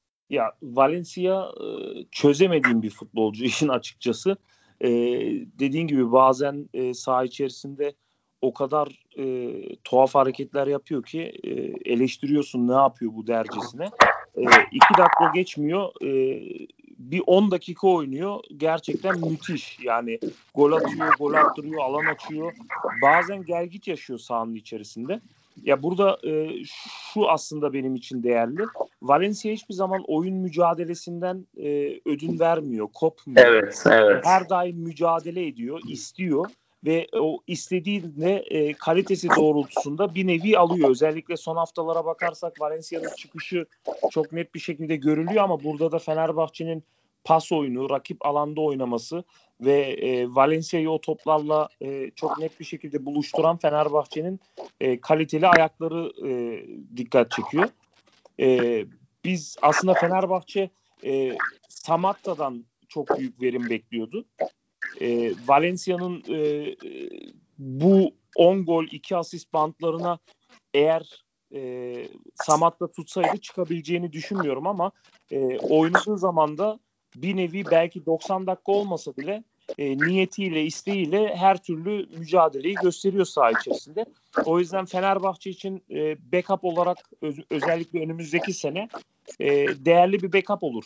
Ya Valencia çözemediğim bir futbolcu işin açıkçası. Ee, dediğin gibi bazen e, saha içerisinde o kadar e, tuhaf hareketler yapıyor ki e, eleştiriyorsun ne yapıyor bu dercesine. E, iki dakika geçmiyor. E, bir on dakika oynuyor. Gerçekten müthiş. Yani gol atıyor, gol attırıyor, alan açıyor. Bazen gel git yaşıyor sahanın içerisinde. Ya burada e, şu aslında benim için değerli. Valencia hiçbir zaman oyun mücadelesinden e, ödün vermiyor, kopmuyor. Evet, evet. Her daim mücadele ediyor, istiyor ve o istediğinde e, kalitesi doğrultusunda bir nevi alıyor. Özellikle son haftalara bakarsak Valencia'nın çıkışı çok net bir şekilde görülüyor ama burada da Fenerbahçe'nin pas oyunu, rakip alanda oynaması ve e, Valencia'yı o toplarla e, çok net bir şekilde buluşturan Fenerbahçe'nin e, kaliteli ayakları e, dikkat çekiyor. E, biz aslında Fenerbahçe e, Samatta'dan çok büyük verim bekliyordu. E, Valencia'nın e, bu on gol iki asist bantlarına eğer e, Samatta tutsaydı çıkabileceğini düşünmüyorum ama e, oynadığı zaman da bir nevi belki doksan dakika olmasa bile e, niyetiyle, isteğiyle her türlü mücadeleyi gösteriyor saha içerisinde. O yüzden Fenerbahçe için e, backup olarak öz, özellikle önümüzdeki sene e, değerli bir backup olur.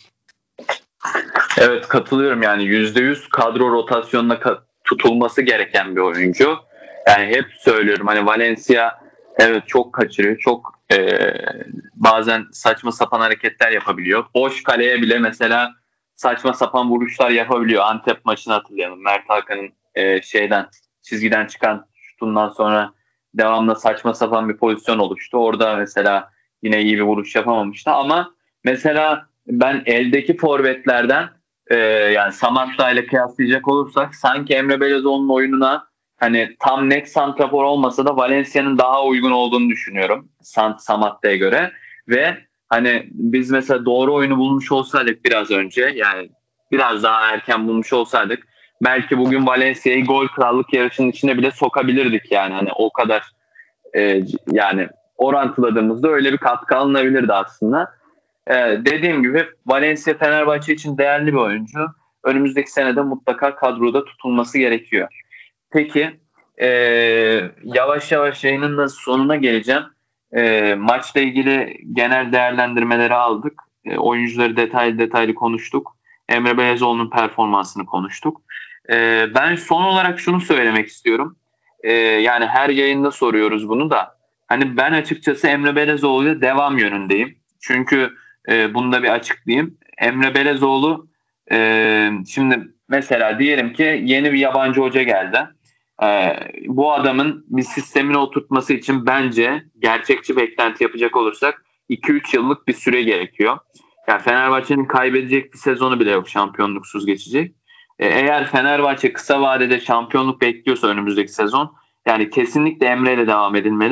Evet, katılıyorum yani yüzde yüz kadro rotasyonuna ka- tutulması gereken bir oyuncu. Yani hep söylüyorum hani Valencia evet çok kaçırıyor, çok e, bazen saçma sapan hareketler yapabiliyor. Boş kaleye bile mesela saçma sapan vuruşlar yapabiliyor. Antep maçını hatırlayalım. Mert Hakan'ın e, şeyden çizgiden çıkan şutundan sonra devamlı saçma sapan bir pozisyon oluştu. Orada mesela yine iyi bir vuruş yapamamıştı ama mesela ben eldeki forvetlerden e, yani Samatta ile kıyaslayacak olursak sanki Emre Belezoğlu'nun oyununa hani tam net santrafor olmasa da Valencia'nın daha uygun olduğunu düşünüyorum Sant Samatta'ya göre ve hani biz mesela doğru oyunu bulmuş olsaydık biraz önce yani biraz daha erken bulmuş olsaydık belki bugün Valencia'yı gol krallık yarışının içine bile sokabilirdik yani hani o kadar e, yani orantıladığımızda öyle bir katkı alınabilirdi aslında. Ee, dediğim gibi Valencia Fenerbahçe için değerli bir oyuncu. Önümüzdeki senede mutlaka kadroda tutulması gerekiyor. Peki e, yavaş yavaş yayının da sonuna geleceğim. E, maçla ilgili genel değerlendirmeleri aldık. E, oyuncuları detaylı detaylı konuştuk. Emre Belezoğlu'nun performansını konuştuk. E, ben son olarak şunu söylemek istiyorum. E, yani her yayında soruyoruz bunu da. Hani ben açıkçası Emre Belezoğlu'yla devam yönündeyim. Çünkü e, bunu da bir açıklayayım. Emre Belezoğlu e, şimdi mesela diyelim ki yeni bir yabancı hoca geldi. E, bu adamın bir sistemine oturtması için bence gerçekçi beklenti yapacak olursak iki üç yıllık bir süre gerekiyor. Yani Fenerbahçe'nin kaybedecek bir sezonu bile yok, şampiyonluksuz geçecek. E, eğer Fenerbahçe kısa vadede şampiyonluk bekliyorsa önümüzdeki sezon yani kesinlikle Emre ile devam edilmeli.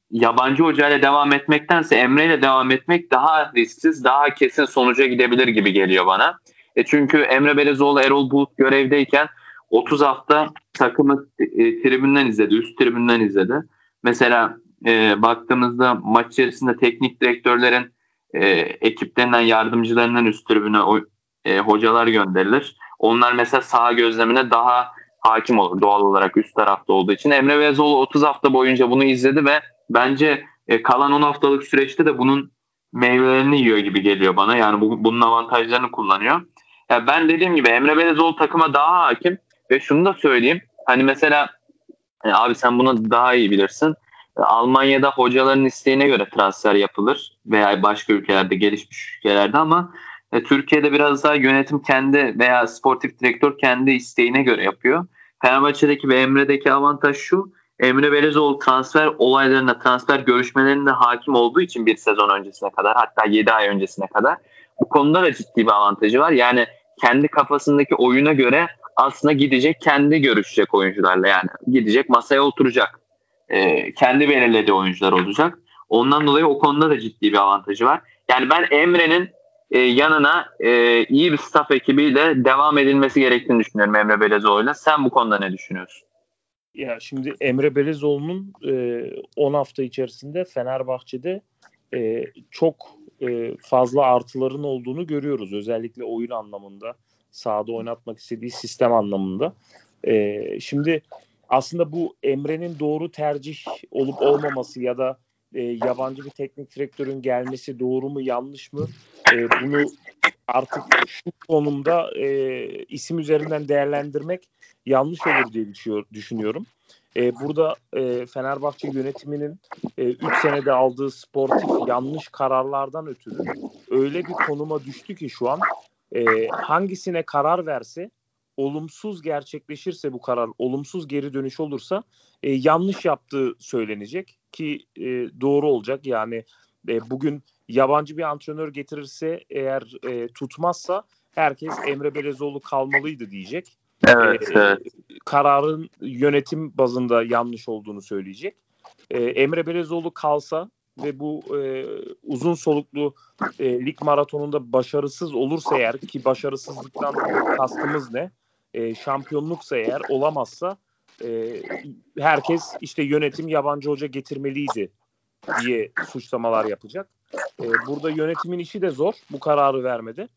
yabancı hocayla devam etmektense Emre ile devam etmek daha risksiz, daha kesin sonuca gidebilir gibi geliyor bana. E çünkü Emre Belezoğlu, Erol Bulut görevdeyken otuz hafta takımı e, tribünden izledi, üst tribünden izledi. Mesela e, baktığımızda maç içerisinde teknik direktörlerin e, ekiplerinden, yardımcılarından üst tribüne o, e, hocalar gönderilir. Onlar mesela saha gözlemine daha hakim olur doğal olarak üst tarafta olduğu için. Emre Belezoğlu otuz hafta boyunca bunu izledi ve bence e, kalan on haftalık süreçte de bunun meyvelerini yiyor gibi geliyor bana. Yani bu, bunun avantajlarını kullanıyor. Yani ben dediğim gibi Emre Belezoğlu takıma daha hakim ve şunu da söyleyeyim. Hani mesela e, abi sen bunu daha iyi bilirsin. E, Almanya'da hocaların isteğine göre transfer yapılır veya başka ülkelerde, gelişmiş ülkelerde ama e, Türkiye'de biraz daha yönetim kendi veya sportif direktör kendi isteğine göre yapıyor. Fenerbahçe'deki ve Emre'deki avantaj şu. Emre Belezoğlu transfer olaylarına, transfer görüşmelerine hakim olduğu için bir sezon öncesine kadar, hatta yedi ay öncesine kadar bu konuda da ciddi bir avantajı var. Yani kendi kafasındaki oyuna göre aslında gidecek, kendi görüşecek oyuncularla, yani gidecek masaya oturacak. Ee, kendi belirlediği oyuncular olacak. Ondan dolayı o konuda da ciddi bir avantajı var. Yani ben Emre'nin e, yanına e, iyi bir staff ekibiyle devam edilmesi gerektiğini düşünüyorum Emre Belezoğlu'yla. Sen bu konuda ne düşünüyorsun? Ya şimdi Emre Belezoğlu'nun e, on hafta içerisinde Fenerbahçe'de e, çok e, fazla artıların olduğunu görüyoruz. Özellikle oyun anlamında, sahada oynatmak istediği sistem anlamında. E, şimdi aslında bu Emre'nin doğru tercih olup olmaması ya da e, yabancı bir teknik direktörün gelmesi doğru mu yanlış mı? E, bunu artık şu konumda e, isim üzerinden değerlendirmek yanlış olur diye düşünüyorum. E, burada e, Fenerbahçe yönetiminin üç e, senede aldığı sportif yanlış kararlardan ötürü öyle bir konuma düştü ki şu an e, hangisine karar verse, olumsuz gerçekleşirse bu karar, olumsuz geri dönüş olursa e, yanlış yaptığı söylenecek ki e, doğru olacak. Yani e, bugün yabancı bir antrenör getirirse eğer e, tutmazsa herkes Emre Belezoğlu kalmalıydı diyecek. Evet, e, evet. Kararın yönetim bazında yanlış olduğunu söyleyecek. E, Emre Belezoğlu kalsa ve bu e, uzun soluklu e, lig maratonunda başarısız olursa eğer, ki başarısızlıktan kastımız ne? E, şampiyonluksa eğer, olamazsa e, herkes işte yönetim yabancı hoca getirmeliydi diye suçlamalar yapacak. E, burada yönetimin işi de zor bu kararı vermedi.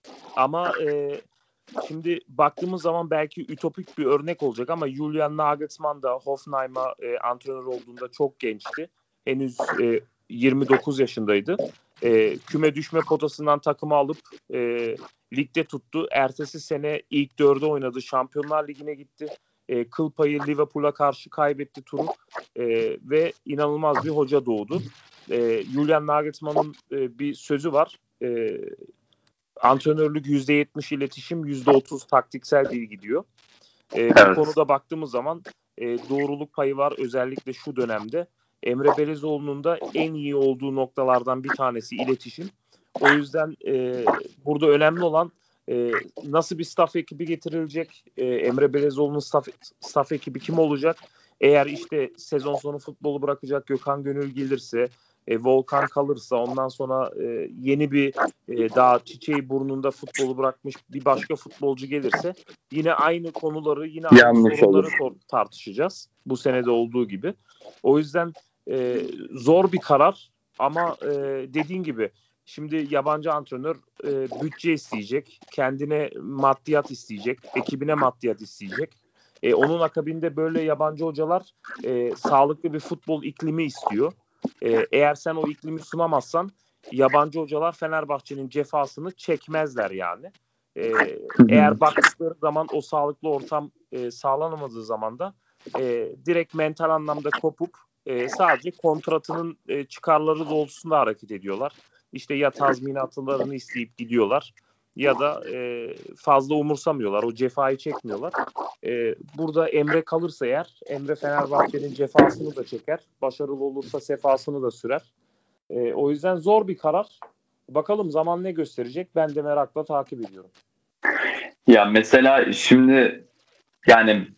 Ama e, şimdi baktığımız zaman belki ütopik bir örnek olacak ama Julian Nagelsmann da Hoffenheim'a e, antrenör olduğunda çok gençti. Henüz e, yirmi dokuz yaşındaydı. E, küme düşme potasından takımı alıp e, ligde tuttu. Ertesi sene ilk dörde oynadı. Şampiyonlar Ligi'ne gitti. E, kıl payı Liverpool'a karşı kaybetti turu e, ve inanılmaz bir hoca doğdu. E, Julian Nagelsmann'ın e, bir sözü var. E, Antrenörlük yüzde yetmiş iletişim, yüzde otuz taktiksel bilgi diyor. E, evet. Bu konuda baktığımız zaman e, doğruluk payı var özellikle şu dönemde. Emre Belezoğlu'nun da en iyi olduğu noktalardan bir tanesi iletişim. O yüzden e, burada önemli olan e, nasıl bir staff ekibi getirilecek, e, Emre Belezoğlu'nun staff, staff ekibi kim olacak? Eğer işte sezon sonu futbolu bırakacak Gökhan Gönül gelirse, E, Volkan kalırsa, ondan sonra e, yeni bir e, daha çiçeği burnunda futbolu bırakmış bir başka futbolcu gelirse yine aynı konuları, yine aynı Yanlış sorunları olur. tartışacağız. Bu senede olduğu gibi. O yüzden e, zor bir karar ama e, dediğin gibi şimdi yabancı antrenör e, bütçe isteyecek, kendine maddiyat isteyecek, ekibine maddiyat isteyecek. E, onun akabinde böyle yabancı hocalar e, sağlıklı bir futbol iklimi istiyor. Ee, eğer sen o iklimi sunamazsan yabancı hocalar Fenerbahçe'nin cefasını çekmezler yani. Ee, eğer baktıkları zaman o sağlıklı ortam e, sağlanamadığı zaman da e, direkt mental anlamda kopup e, sadece kontratının e, çıkarları doğrultusunda hareket ediyorlar. İşte ya tazminatlarını isteyip gidiyorlar ya da e, fazla umursamıyorlar. O cefayı çekmiyorlar. E, burada Emre kalırsa eğer, Emre Fenerbahçe'nin cefasını da çeker. Başarılı olursa sefasını da sürer. E, o yüzden zor bir karar. Bakalım zaman ne gösterecek? Ben de merakla takip ediyorum. Ya mesela şimdi yani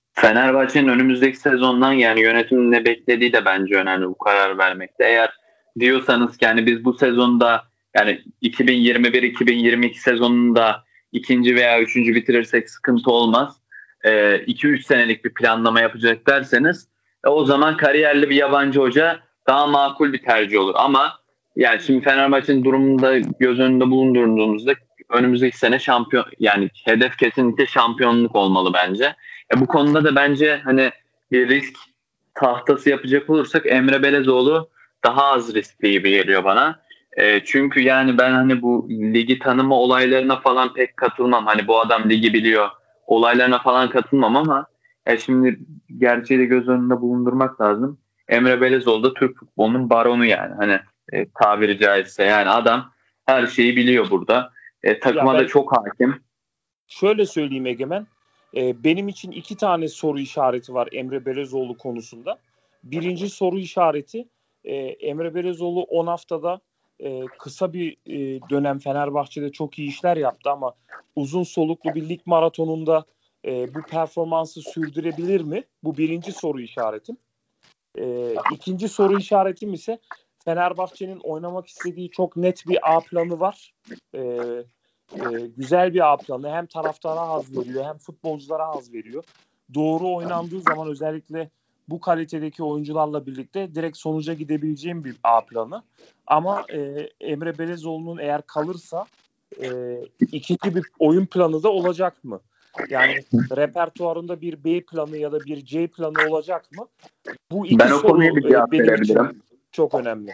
Fenerbahçe'nin önümüzdeki sezondan yani yönetimin ne beklediği de bence önemli bu karar vermekte. Eğer diyorsanız ki yani biz bu sezonda yani iki bin yirmi bir iki bin yirmi iki sezonunda ikinci veya üçüncü bitirirsek sıkıntı olmaz. iki üç senelik bir planlama yapacak derseniz e, o zaman kariyerli bir yabancı hoca daha makul bir tercih olur. Ama yani şimdi Fenerbahçe'nin durumunda göz önünde bulundurduğumuzda önümüzdeki sene şampiyon yani hedef kesinlikle şampiyonluk olmalı bence. E bu konuda da bence hani bir risk tahtası yapacak olursak Emre Belezoğlu daha az riskli gibi geliyor bana. E, çünkü yani ben hani bu ligi tanıma olaylarına falan pek katılmam. Hani bu adam ligi biliyor olaylarına falan katılmam ama e şimdi gerçeği de göz önünde bulundurmak lazım. Emre Belezoğlu da Türk futbolunun baronu yani. Hani e, tabiri caizse yani adam her şeyi biliyor burada. E, Ya takıma da ben çok hakim. şöyle söyleyeyim Egemen. Ee, benim için iki tane soru işareti var Emre Belezoğlu konusunda. Birinci soru işareti e, Emre Belezoğlu on haftada e, kısa bir e, dönem Fenerbahçe'de çok iyi işler yaptı ama uzun soluklu bir lig maratonunda e, bu performansı sürdürebilir mi? Bu birinci soru işaretim. E, ikinci soru işaretim ise Fenerbahçe'nin oynamak istediği çok net bir A planı var. E, e, güzel bir A planı. Hem taraftara haz veriyor hem futbolculara haz veriyor. Doğru oynandığı zaman özellikle bu kalitedeki oyuncularla birlikte direkt sonuca gidebileceğim bir A planı. Ama e, Emre Belezoğlu'nun eğer kalırsa e, ikinci bir oyun planı da olacak mı? Yani repertuarında bir B planı ya da bir C planı olacak mı? Bu iki Ben o konuya soru bir e, cevap benim verebilirim. için çok önemli.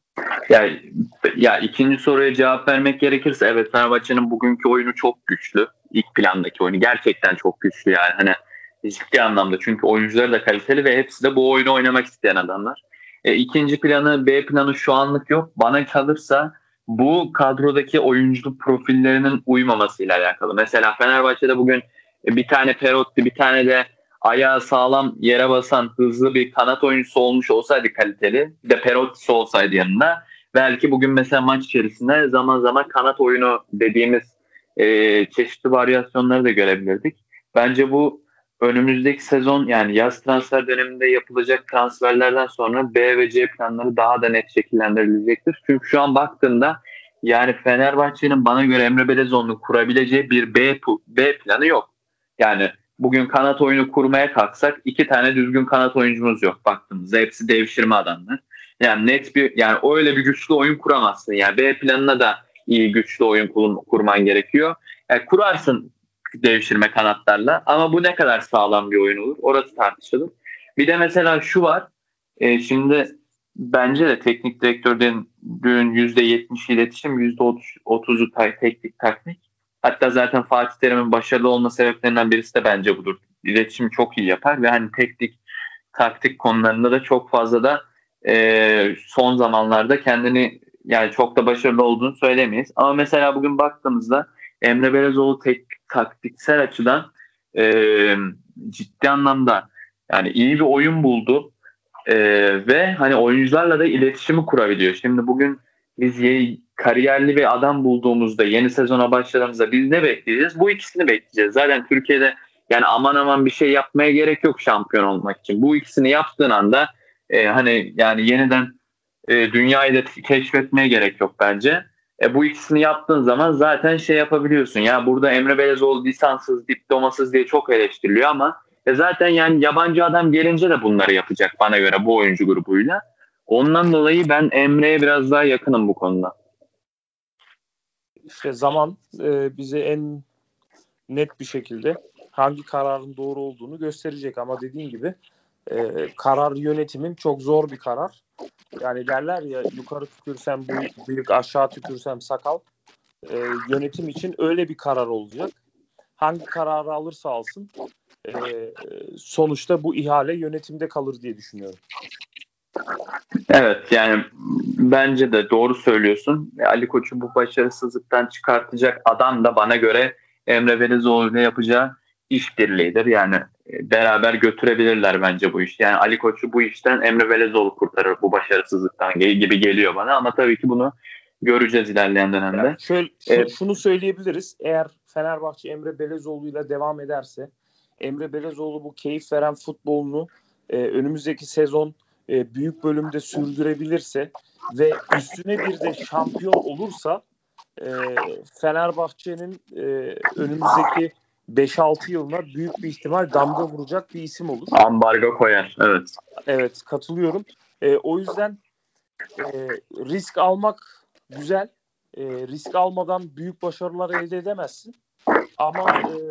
Ya, ya ikinci soruya cevap vermek gerekirse evet Fenerbahçe'nin bugünkü oyunu çok güçlü. İlk plandaki oyunu gerçekten çok güçlü yani. Hani ciddi anlamda çünkü oyuncuları da kaliteli ve hepsi de bu oyunu oynamak isteyen adamlar. E, ikinci planı B planı şu anlık yok. Bana kalırsa bu kadrodaki oyuncu profillerinin uymamasıyla alakalı. Mesela Fenerbahçe'de bugün bir tane Perotti bir tane de ayağı sağlam yere basan hızlı bir kanat oyuncusu olmuş olsaydı kaliteli bir de Perotti'si olsaydı yanında belki bugün mesela maç içerisinde zaman zaman kanat oyunu dediğimiz e, çeşitli varyasyonları da görebilirdik. Bence bu önümüzdeki sezon yani yaz transfer döneminde yapılacak transferlerden sonra B ve C planları daha da net şekillendirilecektir. Çünkü şu an baktığımda yani Fenerbahçe'nin bana göre Emre Belezoğlu'nun kurabileceği bir B, B planı yok. Yani bugün kanat oyunu kurmaya kalksak iki tane düzgün kanat oyuncumuz yok baktığımızda. Hepsi devşirme adamlar. Yani net bir yani öyle bir güçlü oyun kuramazsın. Yani B planına da iyi güçlü oyun kurman gerekiyor. Yani kurarsın devşirme kanatlarla ama bu ne kadar sağlam bir oyun olur? Orası tartışılır. Bir de mesela şu var. E, şimdi bence de teknik direktörlerin yüzde yetmiş iletişim, yüzde otuzu teknik taktik. Hatta zaten Fatih Terim'in başarılı olma sebeplerinden birisi de bence budur. İletişimi çok iyi yapar ve hani teknik taktik konularında da çok fazla da e, son zamanlarda kendini yani çok da başarılı olduğunu söylemeyiz. Ama mesela bugün baktığımızda Emre Belezoğlu tek taktiksel açıdan e, ciddi anlamda yani iyi bir oyun buldu e, ve hani oyuncularla da iletişimi kurabiliyor. Şimdi bugün biz ye, kariyerli bir adam bulduğumuzda yeni sezona başladığımızda biz ne bekleyeceğiz? Bu ikisini bekleyeceğiz. Zaten Türkiye'de yani aman aman bir şey yapmaya gerek yok şampiyon olmak için. Bu ikisini yaptığın anda e, hani yani yeniden e, dünyayı da keşfetmeye gerek yok bence. E, bu ikisini yaptığın zaman zaten şey yapabiliyorsun. Ya burada Emre Belezoğlu lisanssız, diplomasız diye çok eleştiriliyor ama e, zaten yani yabancı adam gelince de bunları yapacak bana göre bu oyuncu grubuyla. Ondan dolayı ben Emre'ye biraz daha yakınım bu konuda. İşte zaman e, bize en net bir şekilde hangi kararın doğru olduğunu gösterecek ama dediğin gibi e, karar yönetimin çok zor bir karar. Yani derler ya yukarı tükürsem bıyık aşağı tükürsem sakal. E, yönetim için öyle bir karar olacak. Hangi kararı alırsa alsın e, sonuçta bu ihale yönetimde kalır diye düşünüyorum. Evet yani bence de doğru söylüyorsun. Ali Koç'u bu başarısızlıktan çıkartacak adam da bana göre Emre Belezoğlu ile yapacağı işbirliğidir. Yani beraber götürebilirler bence bu iş. Yani Ali Koç'u bu işten Emre Belezoğlu kurtarır bu başarısızlıktan gibi geliyor bana ama tabii ki bunu göreceğiz ilerleyen dönemde. Yani şöyle, şu, şunu söyleyebiliriz. Eğer Fenerbahçe Emre Belezoğlu ile devam ederse Emre Belezoğlu bu keyif veren futbolunu e, önümüzdeki sezon e, büyük bölümde sürdürebilirse ve üstüne bir de şampiyon olursa e, Fenerbahçe'nin e, önümüzdeki beş altı yılına büyük bir ihtimal damga vuracak bir isim olur. Ambargo koyar. Evet. Evet, katılıyorum. E, o yüzden e, risk almak güzel. E, risk almadan büyük başarılar elde edemezsin. Ama e,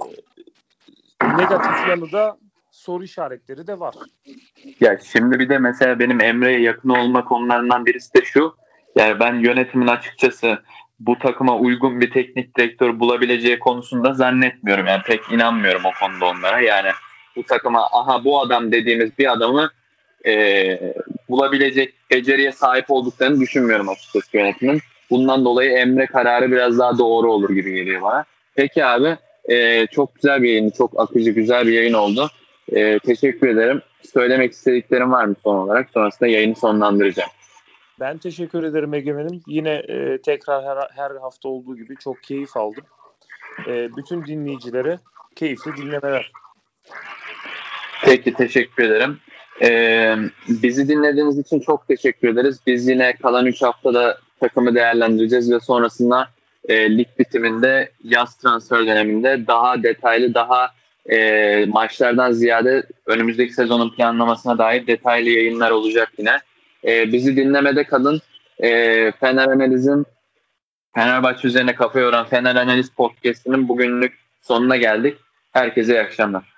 negatif yanı da soru işaretleri de var. Ya şimdi bir de mesela benim Emre'ye yakın olma konularından birisi de şu. Yani ben yönetimin açıkçası bu takıma uygun bir teknik direktör bulabileceği konusunda zannetmiyorum. Yani pek inanmıyorum o konuda onlara. Yani bu takıma aha bu adam dediğimiz bir adamı e, bulabilecek beceriye sahip olduklarını düşünmüyorum açıkçası yönetimin. Bundan dolayı Emre kararı biraz daha doğru olur gibi geliyor bana. Peki abi, e, çok güzel bir yayın, çok akıcı güzel bir yayın oldu. E, teşekkür ederim. Söylemek istediklerim var mı son olarak? Sonrasında yayını sonlandıracağım. Ben teşekkür ederim Egemen'im. Yine e, tekrar her, her hafta olduğu gibi çok keyif aldım. E, bütün dinleyicilere keyifli dinlemeler. Peki, teşekkür ederim. Ee, bizi dinlediğiniz için çok teşekkür ederiz. Biz yine kalan üç haftada takımı değerlendireceğiz ve sonrasında e, lig bitiminde yaz transfer döneminde daha detaylı, daha e, maçlardan ziyade önümüzdeki sezonun planlamasına dair detaylı yayınlar olacak yine. E, bizi dinlemede kalın. E, Fener Analiz'in Fenerbahçe üzerine kafa yoran Fener Analiz Podcast'inin bugünlük sonuna geldik. Herkese iyi akşamlar.